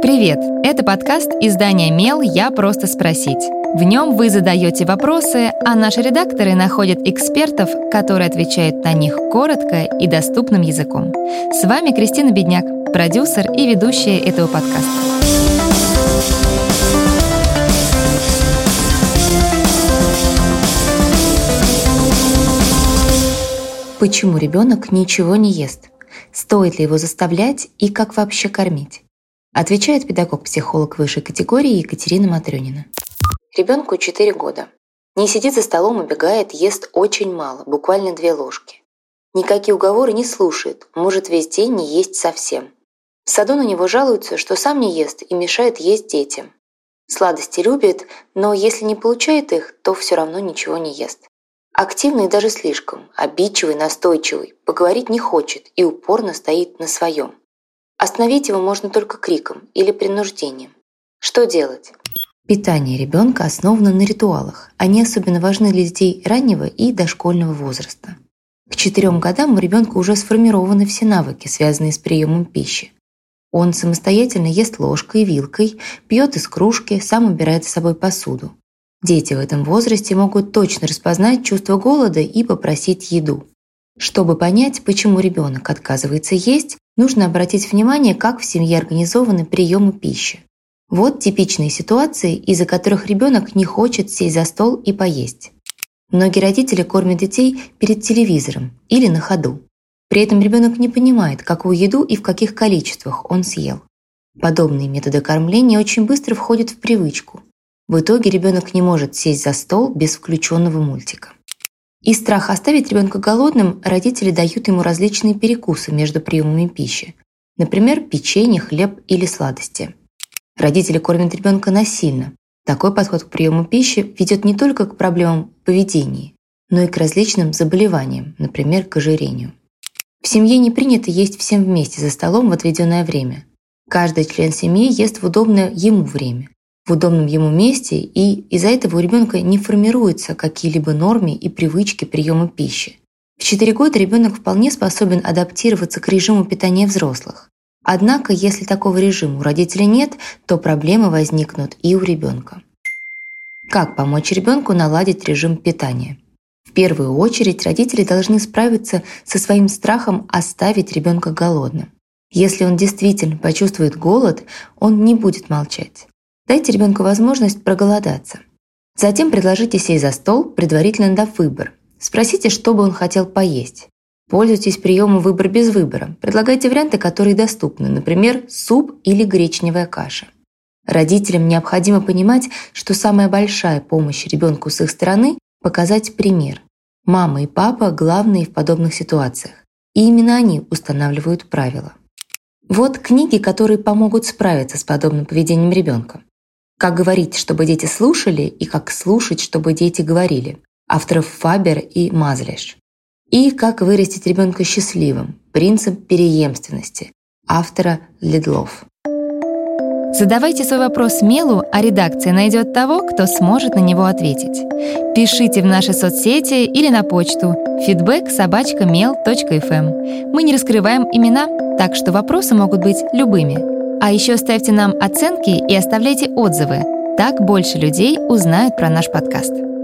Привет! Это подкаст издания «Мел. Я просто спросить». В нем вы задаете вопросы, а наши редакторы находят экспертов, которые отвечают на них коротко и доступным языком. С вами Кристина Бедняк, продюсер и ведущая этого подкаста. Почему ребенок ничего не ест? Стоит ли его заставлять и как вообще кормить? Отвечает педагог-психолог высшей категории Екатерина Матрёнина. Ребенку 4 года. Не сидит за столом, убегает, ест очень мало, буквально 2 ложки. Никакие уговоры не слушает, может весь день не есть совсем. В саду на него жалуются, что сам не ест и мешает есть детям. Сладости любит, но если не получает их, то все равно ничего не ест. Активный даже слишком, обидчивый, настойчивый, поговорить не хочет и упорно стоит на своем. Остановить его можно только криком или принуждением. Что делать? Питание ребенка основано на ритуалах. Они особенно важны для детей раннего и дошкольного возраста. К 4 годам у ребенка уже сформированы все навыки, связанные с приемом пищи. Он самостоятельно ест ложкой и вилкой, пьет из кружки, сам убирает за собой посуду. Дети в этом возрасте могут точно распознать чувство голода и попросить еду. Чтобы понять, почему ребенок отказывается есть, нужно обратить внимание, как в семье организованы приемы пищи. Вот типичные ситуации, из-за которых ребенок не хочет сесть за стол и поесть. Многие родители кормят детей перед телевизором или на ходу. При этом ребенок не понимает, какую еду и в каких количествах он съел. Подобные методы кормления очень быстро входят в привычку. В итоге ребенок не может сесть за стол без включенного мультика. Из страха оставить ребенка голодным родители дают ему различные перекусы между приемами пищи. Например, печенье, хлеб или сладости. Родители кормят ребенка насильно. Такой подход к приему пищи ведет не только к проблемам поведения, но и к различным заболеваниям, например, к ожирению. В семье не принято есть всем вместе за столом в отведенное время. Каждый член семьи ест в удобное ему время, в удобном ему месте, и из-за этого у ребенка не формируются какие-либо нормы и привычки приема пищи. В 4 года ребенок вполне способен адаптироваться к режиму питания взрослых. Однако, если такого режима у родителей нет, то проблемы возникнут и у ребенка. Как помочь ребенку наладить режим питания? В первую очередь родители должны справиться со своим страхом оставить ребенка голодным. Если он действительно почувствует голод, он не будет молчать. Дайте ребенку возможность проголодаться. Затем предложите сесть за стол, предварительно дав выбор. Спросите, что бы он хотел поесть. Пользуйтесь приемом «выбор без выбора». Предлагайте варианты, которые доступны, например, суп или гречневая каша. Родителям необходимо понимать, что самая большая помощь ребенку с их стороны – показать пример. Мама и папа – главные в подобных ситуациях. И именно они устанавливают правила. Вот книги, которые помогут справиться с подобным поведением ребенка. «Как говорить, чтобы дети слушали» и «Как слушать, чтобы дети говорили» авторов Фабер и Мазлиш. И «Как вырастить ребенка счастливым. Принцип преемственности» автора Ледлов. Задавайте свой вопрос Мелу, а редакция найдет того, кто сможет на него ответить. Пишите в наши соцсети или на почту feedback@mel.fm. Мы не раскрываем имена, так что вопросы могут быть любыми. А еще ставьте нам оценки и оставляйте отзывы. Так больше людей узнают про наш подкаст.